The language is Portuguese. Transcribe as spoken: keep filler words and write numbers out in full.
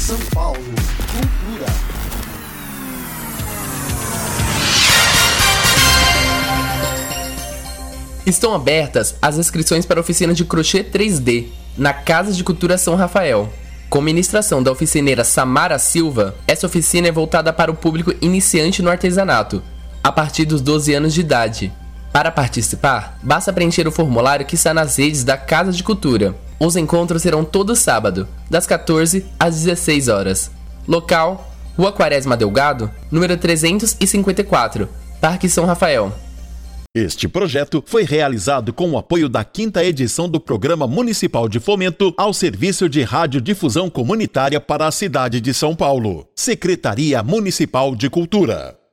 São Paulo, cultura. Estão abertas as inscrições para a oficina de crochê três D na Casa de Cultura São Rafael. Com ministração da oficineira Samara Silva, essa oficina é voltada para o público iniciante no artesanato, a partir dos doze anos de idade. Para participar, basta preencher o formulário que está nas redes da Casa de Cultura. Os encontros serão todo sábado, das quatorze às dezesseis horas. Local: Rua Quaresma Delgado, número trezentos e cinquenta e quatro, Parque São Rafael. Este projeto foi realizado com o apoio da quinta edição do Programa Municipal de Fomento ao Serviço de Radiodifusão Comunitária para a cidade de São Paulo. Secretaria Municipal de Cultura.